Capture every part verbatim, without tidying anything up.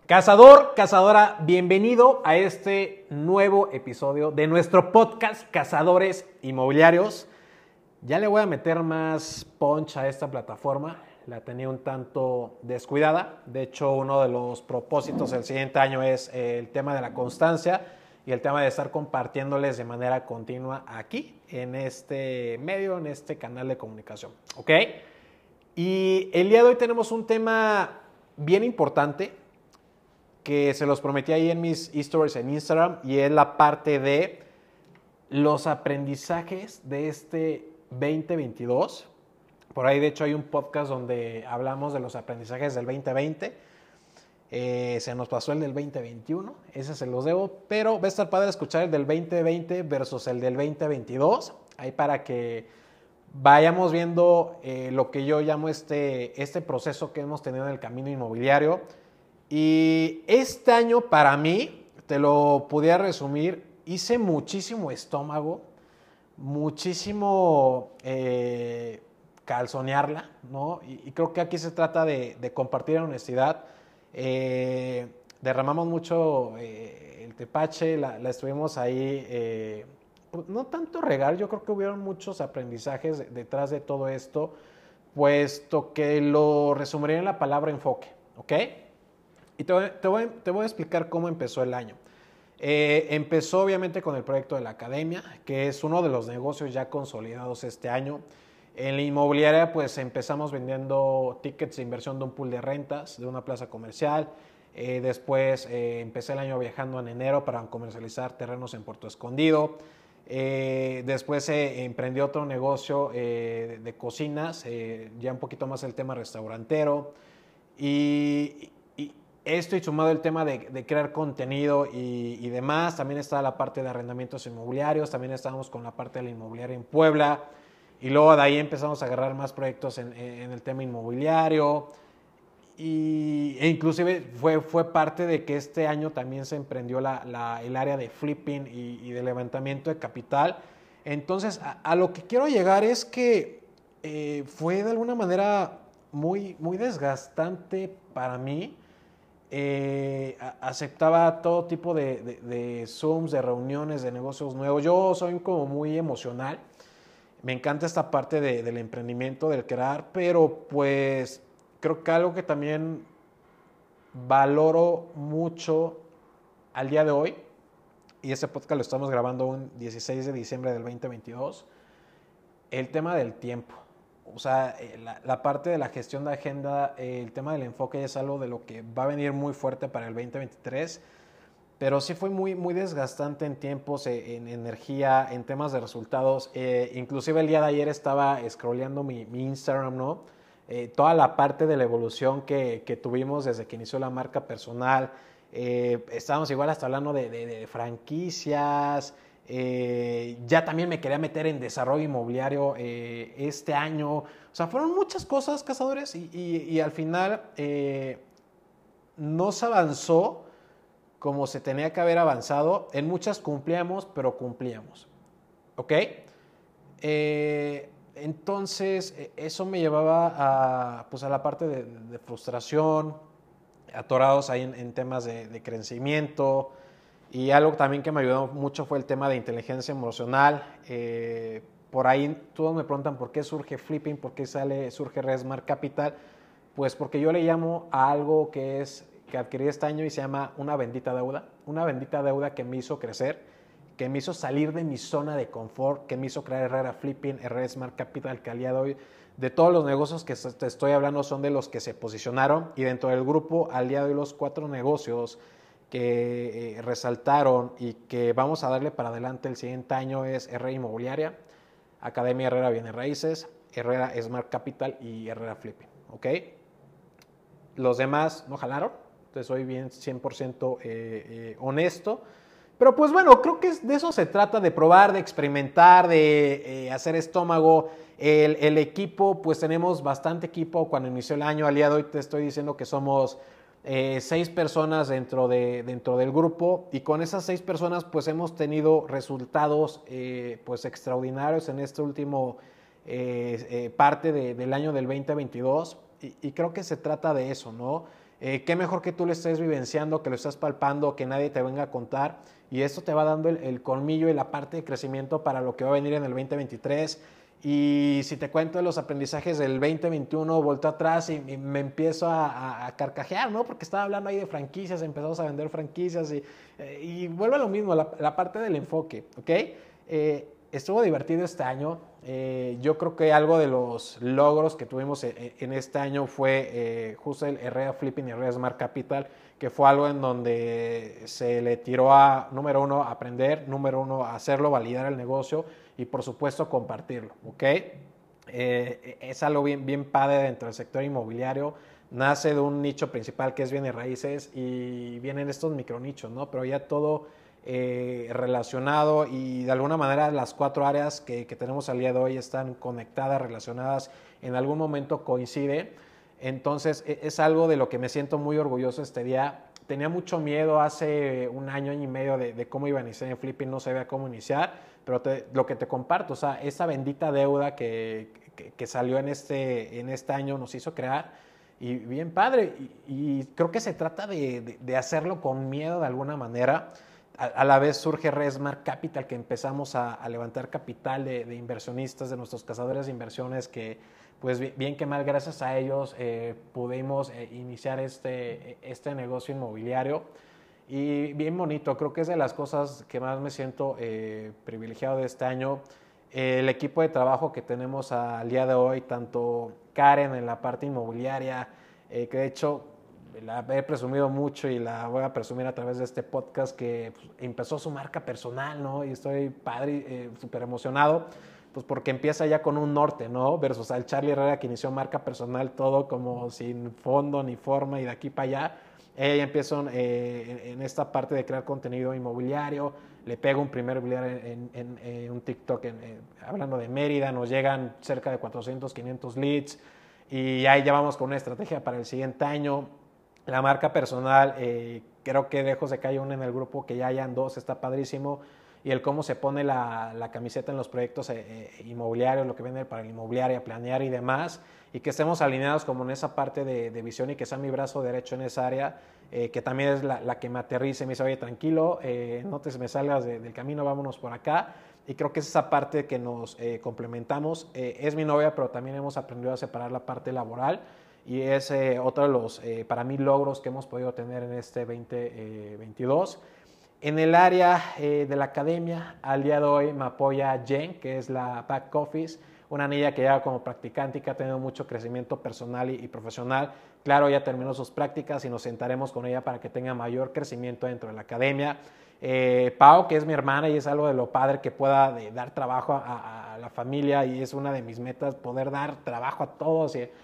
Cazador, cazadora, bienvenido a este nuevo episodio de nuestro podcast Cazadores Inmobiliarios. Ya le voy a meter más punch a esta plataforma, la tenía un tanto descuidada. De hecho, uno de los propósitos del siguiente año es el tema de la constancia y el tema de estar compartiéndoles de manera continua aquí, en este medio, en este canal de comunicación, ¿ok? Y el día de hoy tenemos un tema bien importante que se los prometí ahí en mis stories en Instagram, y es la parte de los aprendizajes de este veinte veintidós. Por ahí, de hecho, hay un podcast donde hablamos de los aprendizajes del veinte veinte. Eh, se nos pasó el del veinte veintiuno, ese se los debo, pero va a estar padre escuchar el del veinte veinte versus el del veinte veintidós, ahí para que vayamos viendo eh, lo que yo llamo este, este proceso que hemos tenido en el camino inmobiliario. Y este año, para mí, te lo podía resumir, hice muchísimo estómago, muchísimo eh, calzonearla, ¿no? Y, y creo que aquí se trata de, de compartir en honestidad. Eh, derramamos mucho eh, el tepache, la, la estuvimos ahí, eh, no tanto regar, yo creo que hubieron muchos aprendizajes detrás de todo esto, puesto que lo resumiría en la palabra enfoque, ¿ok? Y te voy, te, voy, te voy a explicar cómo empezó el año. Eh, empezó obviamente con el proyecto de la academia, que es uno de los negocios ya consolidados este año. En la inmobiliaria pues empezamos vendiendo tickets de inversión de un pool de rentas, de una plaza comercial. Eh, después eh, empecé el año viajando en enero para comercializar terrenos en Puerto Escondido. Eh, después eh, emprendí otro negocio eh, de, de cocinas, eh, ya un poquito más el tema restaurantero. Y, Esto y sumado el tema de, de crear contenido y, y demás. También está la parte de arrendamientos inmobiliarios. También estábamos con la parte de la inmobiliaria en Puebla. Y luego de ahí empezamos a agarrar más proyectos en, en el tema inmobiliario. Y, e inclusive fue, fue parte de que este año también se emprendió la, la, el área de flipping y, y de levantamiento de capital. Entonces, a, a lo que quiero llegar es que eh, fue de alguna manera muy, muy desgastante para mí. Eh, aceptaba todo tipo de, de, de Zooms, de reuniones, de negocios nuevos. Yo soy como muy emocional. Me encanta esta parte de, del emprendimiento, del crear, pero pues creo que algo que también valoro mucho al día de hoy, y este podcast lo estamos grabando un dieciséis de diciembre del veinte veintidós, el tema del tiempo. O sea, la, la parte de la gestión de agenda, eh, el tema del enfoque es algo de lo que va a venir muy fuerte para el veinte veintitrés, pero sí fue muy, muy desgastante en tiempos, eh, en energía, en temas de resultados. Eh, inclusive el día de ayer estaba scrolleando mi, mi Instagram, ¿no? Eh, toda la parte de la evolución que, que tuvimos desde que inició la marca personal. Eh, estábamos igual hasta hablando de, de, de franquicias. Eh, ya también me quería meter en desarrollo inmobiliario eh, este año. O sea, fueron muchas cosas, cazadores, y, y, y al final eh, no se avanzó como se tenía que haber avanzado. En muchas cumplíamos, pero cumplíamos. ¿Ok? Eh, entonces, eso me llevaba a, pues a la parte de, de frustración, atorados ahí en, en temas de, de crecimiento. Y algo también que me ayudó mucho fue el tema de inteligencia emocional. Eh, por ahí todos me preguntan por qué surge Flipping, por qué sale, surge Resmart Capital. Pues porque yo le llamo a algo que, es, que adquirí este año y se llama una bendita deuda. Una bendita deuda que me hizo crecer, que me hizo salir de mi zona de confort, que me hizo crear Herrera Flipping, Herrera Smart Capital, que al día de hoy, de todos los negocios que te estoy hablando, son de los que se posicionaron. Y dentro del grupo, al día de hoy, los cuatro negocios que eh, resaltaron y que vamos a darle para adelante el siguiente año es Herrera Inmobiliaria, Academia Herrera Bienes Raíces, Herrera Smart Capital y Herrera Flipping, ¿ok? Los demás no jalaron, entonces soy bien cien por ciento eh, eh, honesto, pero pues bueno, creo que de eso se trata, de probar, de experimentar, de eh, hacer estómago. El, el equipo, pues tenemos bastante equipo. Cuando inició el año, al día de hoy te estoy diciendo que somos Eh, seis personas dentro, de, dentro del grupo, y con esas seis personas pues hemos tenido resultados eh, pues extraordinarios en este último eh, eh, parte de, del año del veinte veintidós, y, y creo que se trata de eso, ¿no? Eh, qué mejor que tú lo estés vivenciando, que lo estés palpando, que nadie te venga a contar. Y esto te va dando el, el colmillo y la parte de crecimiento para lo que va a venir en el veinte veintitrés. Y si te cuento de los aprendizajes del veinte veintiuno, volto atrás y, y me empiezo a, a, a carcajear, ¿no? Porque estaba hablando ahí de franquicias, empezamos a vender franquicias y, eh, y vuelve a lo mismo, la, la parte del enfoque, ¿ok? Eh, estuvo divertido este año. Eh, yo creo que algo de los logros que tuvimos en, en este año fue eh, justo el Herrera Flipping y Herrera Smart Capital, que fue algo en donde se le tiró a, número uno, aprender, número uno, hacerlo, validar el negocio y, por supuesto, compartirlo, ¿ok? Eh, es algo bien, bien padre dentro del sector inmobiliario. Nace de un nicho principal que es bienes raíces y vienen estos micronichos, ¿no? Pero ya todo eh, relacionado y de alguna manera las cuatro áreas que, que tenemos al día de hoy están conectadas, relacionadas, en algún momento coinciden. Entonces es algo de lo que me siento muy orgulloso este día. Tenía mucho miedo hace un año, año y medio de, de cómo iba a iniciar en Flipping, no sabía cómo iniciar, pero te, lo que te comparto, o sea, esa bendita deuda que, que, que salió en este, en este año nos hizo crear y bien padre. Y, y creo que se trata de, de, de hacerlo con miedo de alguna manera. A, a la vez surge Resmart Capital, que empezamos a, a levantar capital de, de inversionistas, de nuestros cazadores de inversiones, que pues bien que mal, gracias a ellos eh, pudimos eh, iniciar este, este negocio inmobiliario. Y bien bonito, creo que es de las cosas que más me siento eh, privilegiado de este año. Eh, el equipo de trabajo que tenemos al día de hoy, tanto Karen en la parte inmobiliaria, eh, que de hecho la he presumido mucho y la voy a presumir a través de este podcast, que pues, empezó su marca personal, ¿no? Y estoy padre, eh, súper emocionado, pues porque empieza ya con un norte, ¿no? Versus al Charlie Herrera, que inició marca personal todo como sin fondo ni forma y de aquí para allá. Ella empieza eh, en, en esta parte de crear contenido inmobiliario, le pega un primer video en, en, en un TikTok en, en, hablando de Mérida, nos llegan cerca de cuatrocientos, quinientos leads y ahí ya vamos con una estrategia para el siguiente año. La marca personal, eh, creo que lejos de que haya uno en el grupo, que ya hayan dos, está padrísimo. Y el cómo se pone la, la camiseta en los proyectos eh, eh, inmobiliarios, lo que viene para el inmobiliario, planear y demás, y que estemos alineados como en esa parte de, de visión y que sea mi brazo derecho en esa área, eh, que también es la, la que me aterriza y me dice, oye, tranquilo, eh, no te me salgas de, del camino, vámonos por acá. Y creo que es esa parte que nos eh, complementamos. Eh, es mi novia, pero también hemos aprendido a separar la parte laboral. Y es eh, otro de los, eh, para mí, logros que hemos podido tener en este veinte veintidós. En el área eh, de la academia, al día de hoy me apoya Jen, que es la back office, una niña que lleva como practicante y que ha tenido mucho crecimiento personal y, y profesional. Claro, ya terminó sus prácticas y nos sentaremos con ella para que tenga mayor crecimiento dentro de la academia. Eh, Pau, que es mi hermana y es algo de lo padre que pueda de, dar trabajo a, a la familia y es una de mis metas, poder dar trabajo a todos. Y,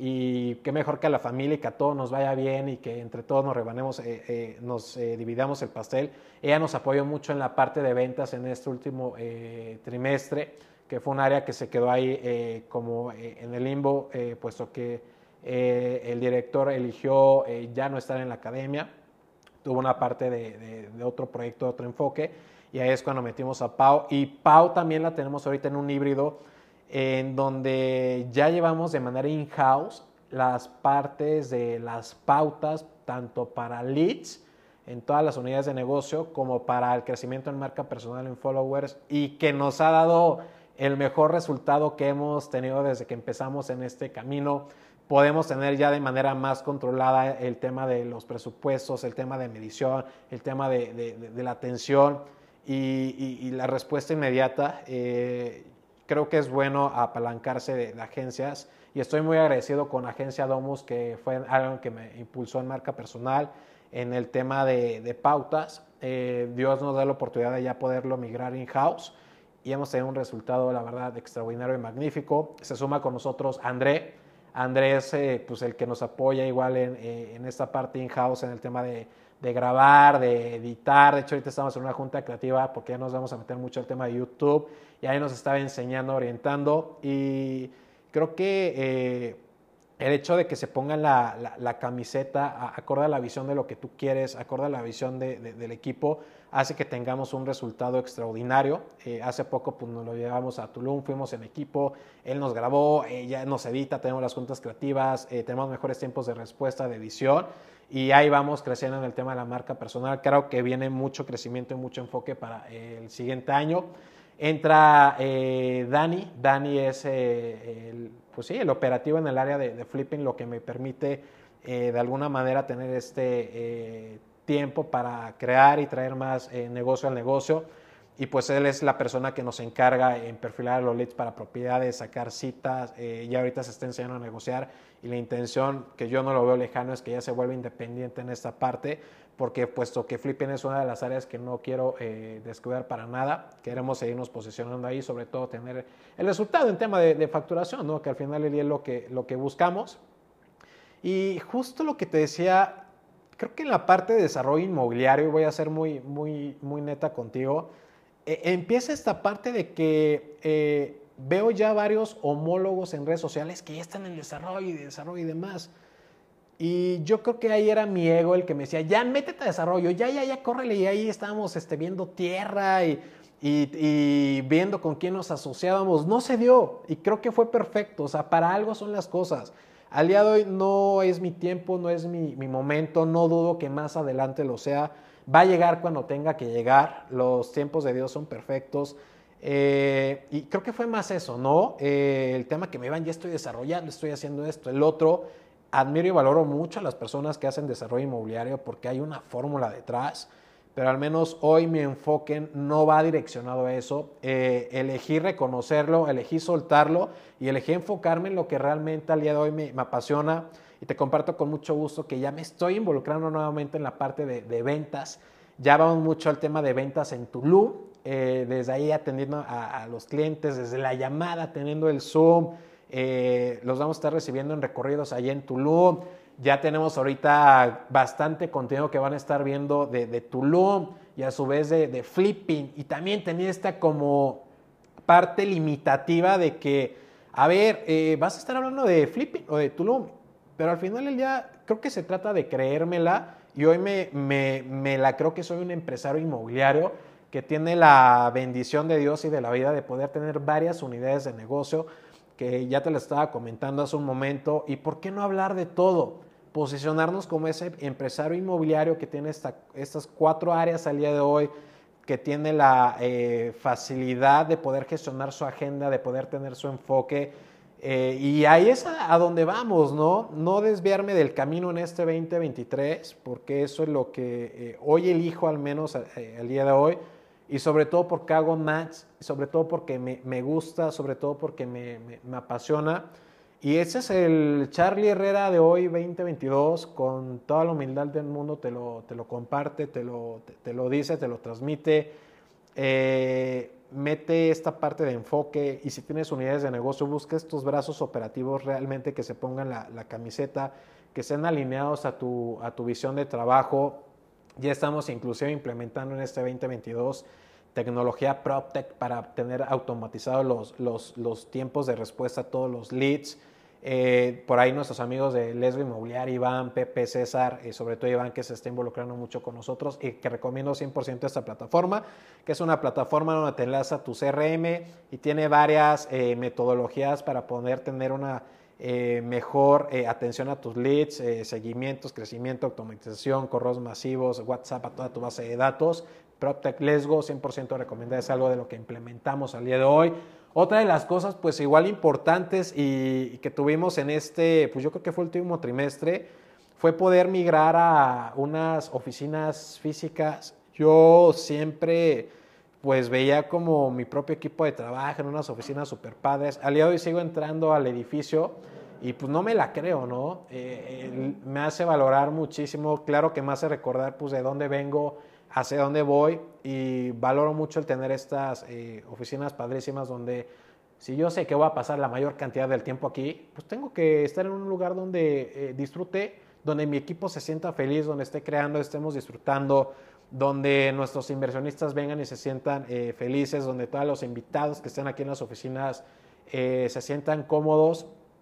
y qué mejor que a la familia y que a todos nos vaya bien y que entre todos nos rebanemos, eh, eh, nos eh, dividamos el pastel. Ella nos apoyó mucho en la parte de ventas en este último eh, trimestre, que fue un área que se quedó ahí eh, como eh, en el limbo, eh, puesto que eh, el director eligió eh, ya no estar en la academia, tuvo una parte de, de, de otro proyecto, de otro enfoque, y ahí es cuando metimos a Pau. Y Pau también la tenemos ahorita en un híbrido, en donde ya llevamos de manera in-house las partes de las pautas, tanto para leads en todas las unidades de negocio, como para el crecimiento en marca personal en followers, y que nos ha dado el mejor resultado que hemos tenido desde que empezamos en este camino. Podemos tener ya de manera más controlada el tema de los presupuestos, el tema de medición, el tema de, de, de, de la atención y, y, y la respuesta inmediata. Eh, Creo que es bueno apalancarse de, de agencias y estoy muy agradecido con Agencia Domus, que fue algo que me impulsó en marca personal, en el tema de, de pautas. Eh, Dios nos da la oportunidad de ya poderlo migrar in-house y hemos tenido un resultado, la verdad, extraordinario y magnífico. Se suma con nosotros André. André es eh, pues el que nos apoya igual en, eh, en esta parte in-house, en el tema de, de grabar, de editar. De hecho, ahorita estamos en una junta creativa porque ya nos vamos a meter mucho al tema de YouTube y ahí nos estaba enseñando, orientando y creo que eh, el hecho de que se pongan la, la, la camiseta a, acorde a la visión de lo que tú quieres, acorde a la visión de, de, del equipo, hace que tengamos un resultado extraordinario. Eh, hace poco pues, nos lo llevamos a Tulum, fuimos en equipo, él nos grabó, eh, ya nos edita, tenemos las juntas creativas, eh, tenemos mejores tiempos de respuesta, de edición, y ahí vamos creciendo en el tema de la marca personal. Creo que viene mucho crecimiento y mucho enfoque para eh, el siguiente año. Entra eh, Dani, Dani es eh, el, pues sí, el operativo en el área de, de flipping, lo que me permite eh, de alguna manera tener este eh, tiempo para crear y traer más eh, negocio al negocio. Y pues él es la persona que nos encarga en perfilar los leads para propiedades, sacar citas, eh, ya ahorita se está enseñando a negociar y la intención, que yo no lo veo lejano, es que ya se vuelva independiente en esta parte, porque puesto que flipping es una de las áreas que no quiero eh, descuidar para nada, queremos seguirnos posicionando ahí, sobre todo tener el resultado en tema de, de facturación, ¿no? Que al final del día es lo que, lo que buscamos. Y justo lo que te decía, creo que en la parte de desarrollo inmobiliario, voy a ser muy, muy, muy neta contigo, eh, empieza esta parte de que eh, veo ya varios homólogos en redes sociales que ya están en desarrollo y desarrollo y demás. Y yo creo que ahí era mi ego el que me decía, ya métete a desarrollo, ya, ya, ya, córrele. Y ahí estábamos este, viendo tierra y, y, y viendo con quién nos asociábamos. No se dio y creo que fue perfecto. O sea, para algo son las cosas. Al día de hoy no es mi tiempo, no es mi, mi momento, no dudo que más adelante lo sea. Va a llegar cuando tenga que llegar. Los tiempos de Dios son perfectos. Eh, y creo que fue más eso, ¿no? Eh, el tema que me iban, ya estoy desarrollando, estoy haciendo esto, el otro. Admiro y valoro mucho a las personas que hacen desarrollo inmobiliario porque hay una fórmula detrás, pero al menos hoy mi enfoque no va direccionado a eso. Eh, elegí reconocerlo, elegí soltarlo y elegí enfocarme en lo que realmente al día de hoy me, me apasiona, y te comparto con mucho gusto que ya me estoy involucrando nuevamente en la parte de, de ventas. Ya vamos mucho al tema de ventas en Tulum, eh, desde ahí atendiendo a, a los clientes, desde la llamada, teniendo el Zoom. Eh, los vamos a estar recibiendo en recorridos allá en Tulum. Ya tenemos ahorita bastante contenido que van a estar viendo de, de Tulum y a su vez de, de flipping. Y también tenía esta como parte limitativa de que, a ver, eh, vas a estar hablando de flipping o de Tulum, pero al final del día creo que se trata de creérmela, y hoy me, me, me la creo que soy un empresario inmobiliario que tiene la bendición de Dios y de la vida de poder tener varias unidades de negocio, que ya te lo estaba comentando hace un momento. ¿Y por qué no hablar de todo? Posicionarnos como ese empresario inmobiliario que tiene esta, estas cuatro áreas al día de hoy, que tiene la eh, facilidad de poder gestionar su agenda, de poder tener su enfoque. Eh, y ahí es a, a donde vamos, ¿no? No desviarme del camino en este veinte veintitrés, porque eso es lo que eh, hoy elijo, al menos eh, al día de hoy. Y sobre todo porque hago match, sobre todo porque me, me gusta, sobre todo porque me, me, me apasiona. Y ese es el Charlie Herrera de hoy, veinte veintidós, con toda la humildad del mundo te lo, te lo comparte, te lo, te, te lo dice, te lo transmite. Eh, mete esta parte de enfoque, y si tienes unidades de negocio, busca estos brazos operativos realmente que se pongan la, la camiseta, que estén alineados a tu, a tu visión de trabajo. Ya estamos inclusive implementando en este veinte veintidós tecnología PropTech para tener automatizados los, los, los tiempos de respuesta a todos los leads. Eh, por ahí nuestros amigos de Lesgo Inmobiliaria, Iván, Pepe, César, y sobre todo Iván, que se está involucrando mucho con nosotros y que recomiendo cien por ciento esta plataforma, que es una plataforma donde te enlaza tu C R M y tiene varias eh, metodologías para poder tener una eh, mejor eh, atención a tus leads, eh, seguimientos, crecimiento, automatización, correos masivos, WhatsApp a toda tu base de datos. PropTech Lesgo, cien por ciento recomendada, es algo de lo que implementamos al día de hoy. Otra de las cosas, pues igual importantes y, y que tuvimos en este, pues yo creo que fue el último trimestre, fue poder migrar a unas oficinas físicas. Yo siempre, pues veía como mi propio equipo de trabajo en unas oficinas super padres. Al día de hoy sigo entrando al edificio y pues no me la creo, ¿no? Eh, me hace valorar muchísimo, claro que me hace recordar pues de dónde vengo, hacia dónde voy, y valoro mucho el tener estas eh, oficinas padrísimas donde, si yo sé que voy a pasar la mayor cantidad del tiempo aquí, pues tengo que estar en un lugar donde eh, disfrute, donde mi equipo se sienta feliz, donde esté creando, estemos disfrutando, donde nuestros inversionistas vengan y se sientan eh, felices, donde todos los invitados que estén aquí en las oficinas eh, se sientan cómodos.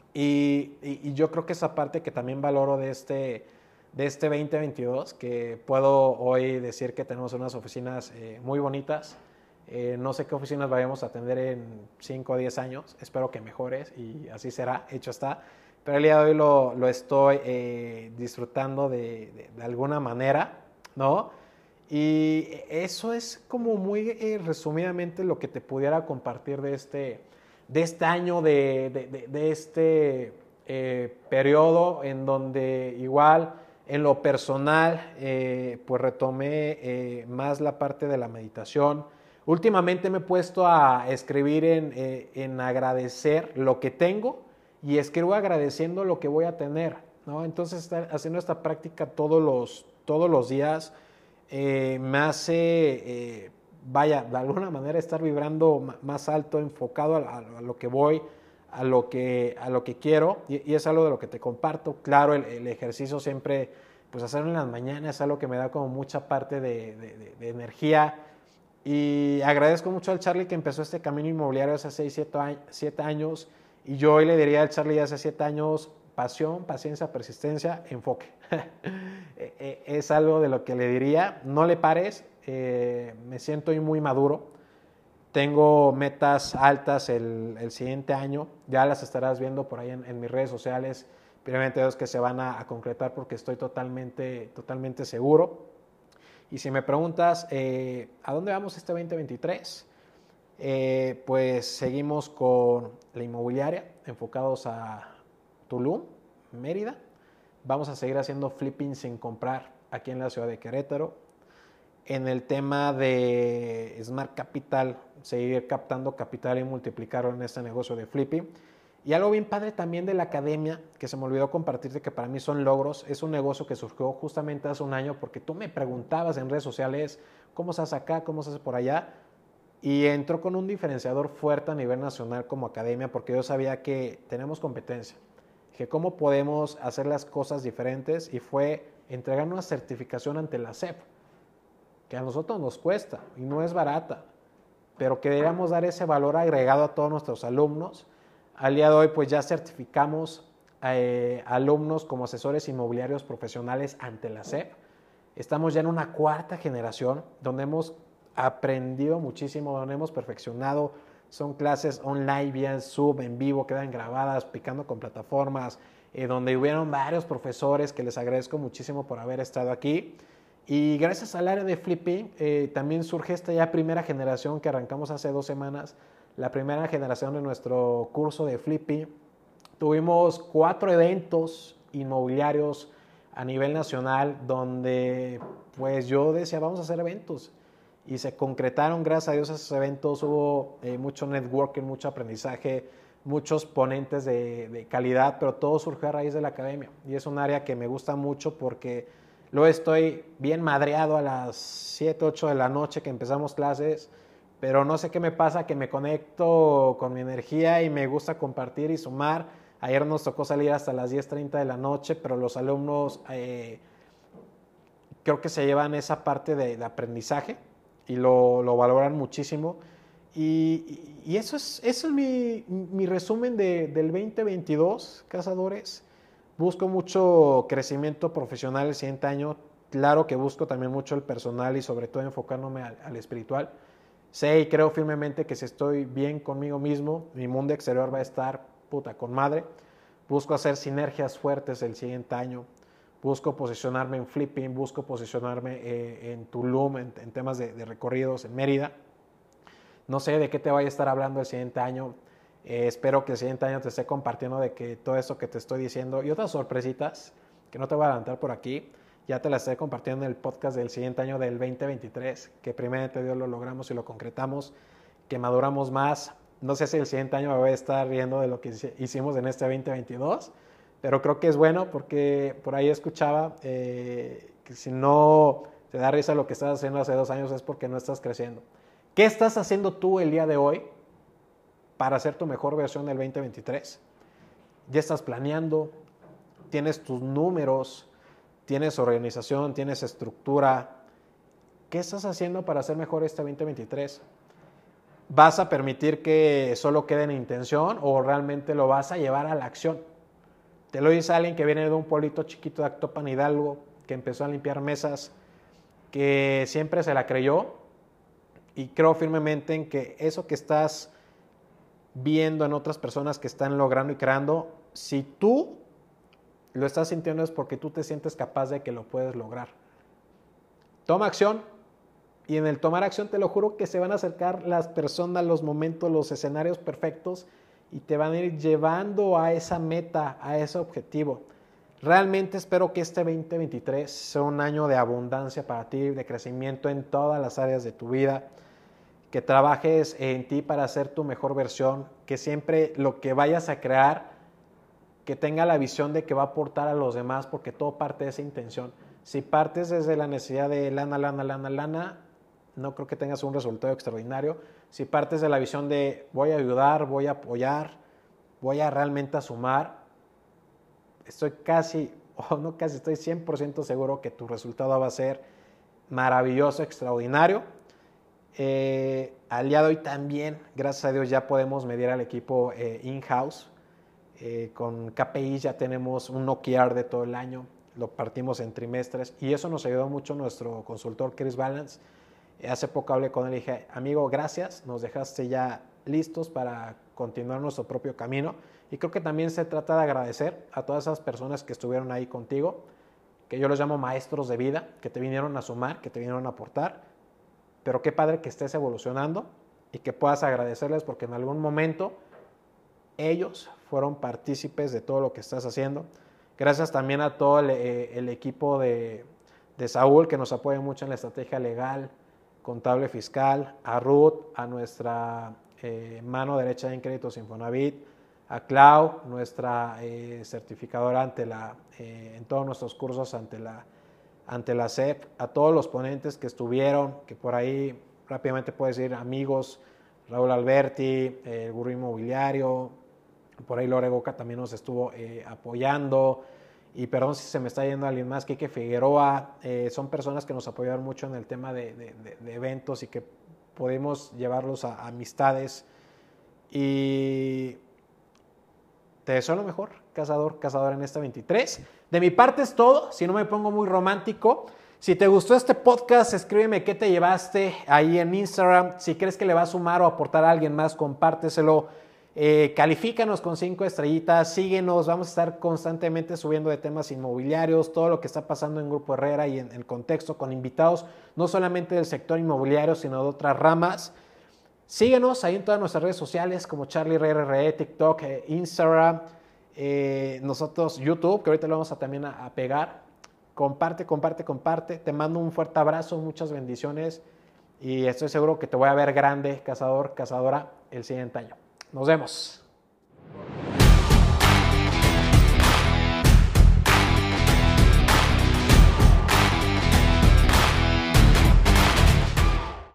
Y, y, y yo creo que esa parte que también valoro de este, de este veinte veintidós, que puedo hoy decir que tenemos unas oficinas eh, muy bonitas. Eh, no sé qué oficinas vayamos a atender en cinco o diez años, espero que mejores y así será, hecho está. Pero el día de hoy lo, lo estoy eh, disfrutando de, de, de alguna manera, ¿no? Y eso es como muy eh, resumidamente lo que te pudiera compartir de este, de este año, de, de, de, de este eh, periodo en donde igual en lo personal eh, pues retomé eh, más la parte de la meditación. Últimamente me he puesto a escribir en, eh, en agradecer lo que tengo y escribo agradeciendo lo que voy a tener, ¿no? Entonces estar haciendo esta práctica todos los, todos los días eh, me hace, eh, vaya, de alguna manera estar vibrando más alto, enfocado a, a lo que voy, a lo que, a lo que quiero, y, y es algo de lo que te comparto. Claro, el, el ejercicio siempre, pues hacerlo en las mañanas es algo que me da como mucha parte de, de, de, de energía, y agradezco mucho al Charlie que empezó este camino inmobiliario hace seis, siete años, y yo hoy le diría al Charlie de hace siete años, pasión, paciencia, persistencia, enfoque. Es algo de lo que le diría, no le pares, eh, me siento muy maduro, tengo metas altas el, el siguiente año, ya las estarás viendo por ahí en, en mis redes sociales, primeramente dos que se van a, a concretar porque estoy totalmente, totalmente seguro. Y si me preguntas, eh, ¿a dónde vamos este veinte veintitrés? Eh, pues seguimos con la inmobiliaria, enfocados a Tulum, Mérida. Vamos a seguir haciendo flipping sin comprar aquí en la ciudad de Querétaro. En el tema de Smart Capital, seguir captando capital y multiplicarlo en este negocio de flipping. Y algo bien padre también de la academia, que se me olvidó compartirte, que para mí son logros, es un negocio que surgió justamente hace un año porque tú me preguntabas en redes sociales cómo se hace acá, cómo se hace por allá, y entró con un diferenciador fuerte a nivel nacional como academia porque yo sabía que tenemos competencia, que cómo podemos hacer las cosas diferentes, y fue entregar una certificación ante la S E P, que a nosotros nos cuesta y no es barata, pero que deberíamos dar ese valor agregado a todos nuestros alumnos. Al día de hoy pues ya certificamos eh, alumnos como asesores inmobiliarios profesionales ante la S E P. Estamos ya en una cuarta generación donde hemos aprendido muchísimo, donde hemos perfeccionado. Son clases online, vía Zoom, en vivo, quedan grabadas, picando con plataformas, eh, donde hubieron varios profesores que les agradezco muchísimo por haber estado aquí. Y gracias al área de flipping eh, también surge esta ya primera generación que arrancamos hace dos semanas, la primera generación de nuestro curso de flipping. Tuvimos cuatro eventos inmobiliarios a nivel nacional donde pues yo decía vamos a hacer eventos, y se concretaron gracias a Dios esos eventos. Hubo eh, mucho networking, mucho aprendizaje, muchos ponentes de, de calidad, pero todo surgió a raíz de la academia, y es un área que me gusta mucho porque luego estoy bien madreado a las siete, ocho de la noche que empezamos clases, pero no sé qué me pasa, que me conecto con mi energía y me gusta compartir y sumar. Ayer nos tocó salir hasta las diez treinta de la noche, pero los alumnos eh, creo que se llevan esa parte de, de aprendizaje y lo, lo valoran muchísimo. Y, y eso es, eso es mi, mi resumen de, del veinte veintidós, cazadores. Busco mucho crecimiento profesional el siguiente año. Claro que busco también mucho el personal y sobre todo enfocándome al, al espiritual. Sé y creo firmemente que si estoy bien conmigo mismo, mi mundo exterior va a estar puta con madre. Busco hacer sinergias fuertes el siguiente año. Busco posicionarme en flipping, busco posicionarme eh, en Tulum, en, en temas de, de recorridos, en Mérida. No sé de qué te vaya a estar hablando el siguiente año. Eh, espero que el siguiente año te esté compartiendo de que todo eso que te estoy diciendo y otras sorpresitas que no te voy a adelantar por aquí, ya te las estaré compartiendo en el podcast del siguiente año del veinte veintitrés, que primeramente Dios lo logramos y lo concretamos, que maduramos más. No sé si el siguiente año me voy a estar riendo de lo que hicimos en este veinte veintidós, pero creo que es bueno porque por ahí escuchaba eh, que si no te da risa lo que estás haciendo hace dos años es porque no estás creciendo. ¿Qué estás haciendo tú el día de hoy para hacer tu mejor versión del veinte veintitrés? ¿Ya estás planeando? ¿Tienes tus números? ¿Tienes organización? ¿Tienes estructura? ¿Qué estás haciendo para hacer mejor este veinte veintitrés? ¿Vas a permitir que solo quede en intención o realmente lo vas a llevar a la acción? Te lo dice alguien que viene de un pueblito chiquito de Actopan, Hidalgo, que empezó a limpiar mesas, que siempre se la creyó, y creo firmemente en que eso que estás viendo en otras personas que están logrando y creando, si tú lo estás sintiendo es porque tú te sientes capaz de que lo puedes lograr. Toma acción, y en el tomar acción te lo juro que se van a acercar las personas, los momentos, los escenarios perfectos y te van a ir llevando a esa meta, a ese objetivo. Realmente espero que este veinte veintitrés sea un año de abundancia para ti, de crecimiento en todas las áreas de tu vida, que trabajes en ti para ser tu mejor versión, que siempre lo que vayas a crear, que tenga la visión de que va a aportar a los demás, porque todo parte de esa intención. Si partes desde la necesidad de lana, lana, lana, lana, no creo que tengas un resultado extraordinario. Si partes de la visión de voy a ayudar, voy a apoyar, voy a realmente a sumar, estoy casi, o no casi, estoy cien por ciento seguro que tu resultado va a ser maravilloso, extraordinario. Eh, al día de hoy también, gracias a Dios, ya podemos medir al equipo eh, in-house. Eh, con K P I ya tenemos un O K R de todo el año, lo partimos en trimestres y eso nos ayudó mucho nuestro consultor Chris Balance. Eh, hace poco hablé con él y dije, amigo, gracias, nos dejaste ya listos para continuar nuestro propio camino. Y creo que también se trata de agradecer a todas esas personas que estuvieron ahí contigo, que yo los llamo maestros de vida, que te vinieron a sumar, que te vinieron a aportar. Pero qué padre que estés evolucionando y que puedas agradecerles porque en algún momento ellos fueron partícipes de todo lo que estás haciendo. Gracias también a todo el, eh, el equipo de, de Saúl, que nos apoya mucho en la estrategia legal, contable fiscal, a Ruth, a nuestra eh, mano derecha en créditos Infonavit, a Clau, nuestra eh, certificadora ante la, eh, en todos nuestros cursos ante la, ante la S E P, a todos los ponentes que estuvieron, que por ahí rápidamente puedes decir amigos, Raúl Alberti, eh, el Gurú Inmobiliario, por ahí Lore Boca también nos estuvo eh, apoyando, y perdón si se me está yendo alguien más, Kike Figueroa, eh, son personas que nos apoyaron mucho en el tema de, de, de, de eventos y que podemos llevarlos a, a amistades. Y te deseo lo mejor, cazador, cazadora en este veintitrés. De mi parte es todo, si no me pongo muy romántico. Si te gustó este podcast, escríbeme qué te llevaste ahí en Instagram. Si crees que le va a sumar o aportar a alguien más, compárteselo. Eh, califícanos con cinco estrellitas, síguenos, vamos a estar constantemente subiendo de temas inmobiliarios, todo lo que está pasando en Grupo Herrera y en el contexto con invitados, no solamente del sector inmobiliario, sino de otras ramas. Síguenos ahí en todas nuestras redes sociales como Charlie R R E, TikTok, eh, Instagram, eh, nosotros YouTube, que ahorita lo vamos a también a, a pegar. Comparte, comparte, comparte. Te mando un fuerte abrazo, muchas bendiciones y estoy seguro que te voy a ver grande, cazador, cazadora, el siguiente año. Nos vemos.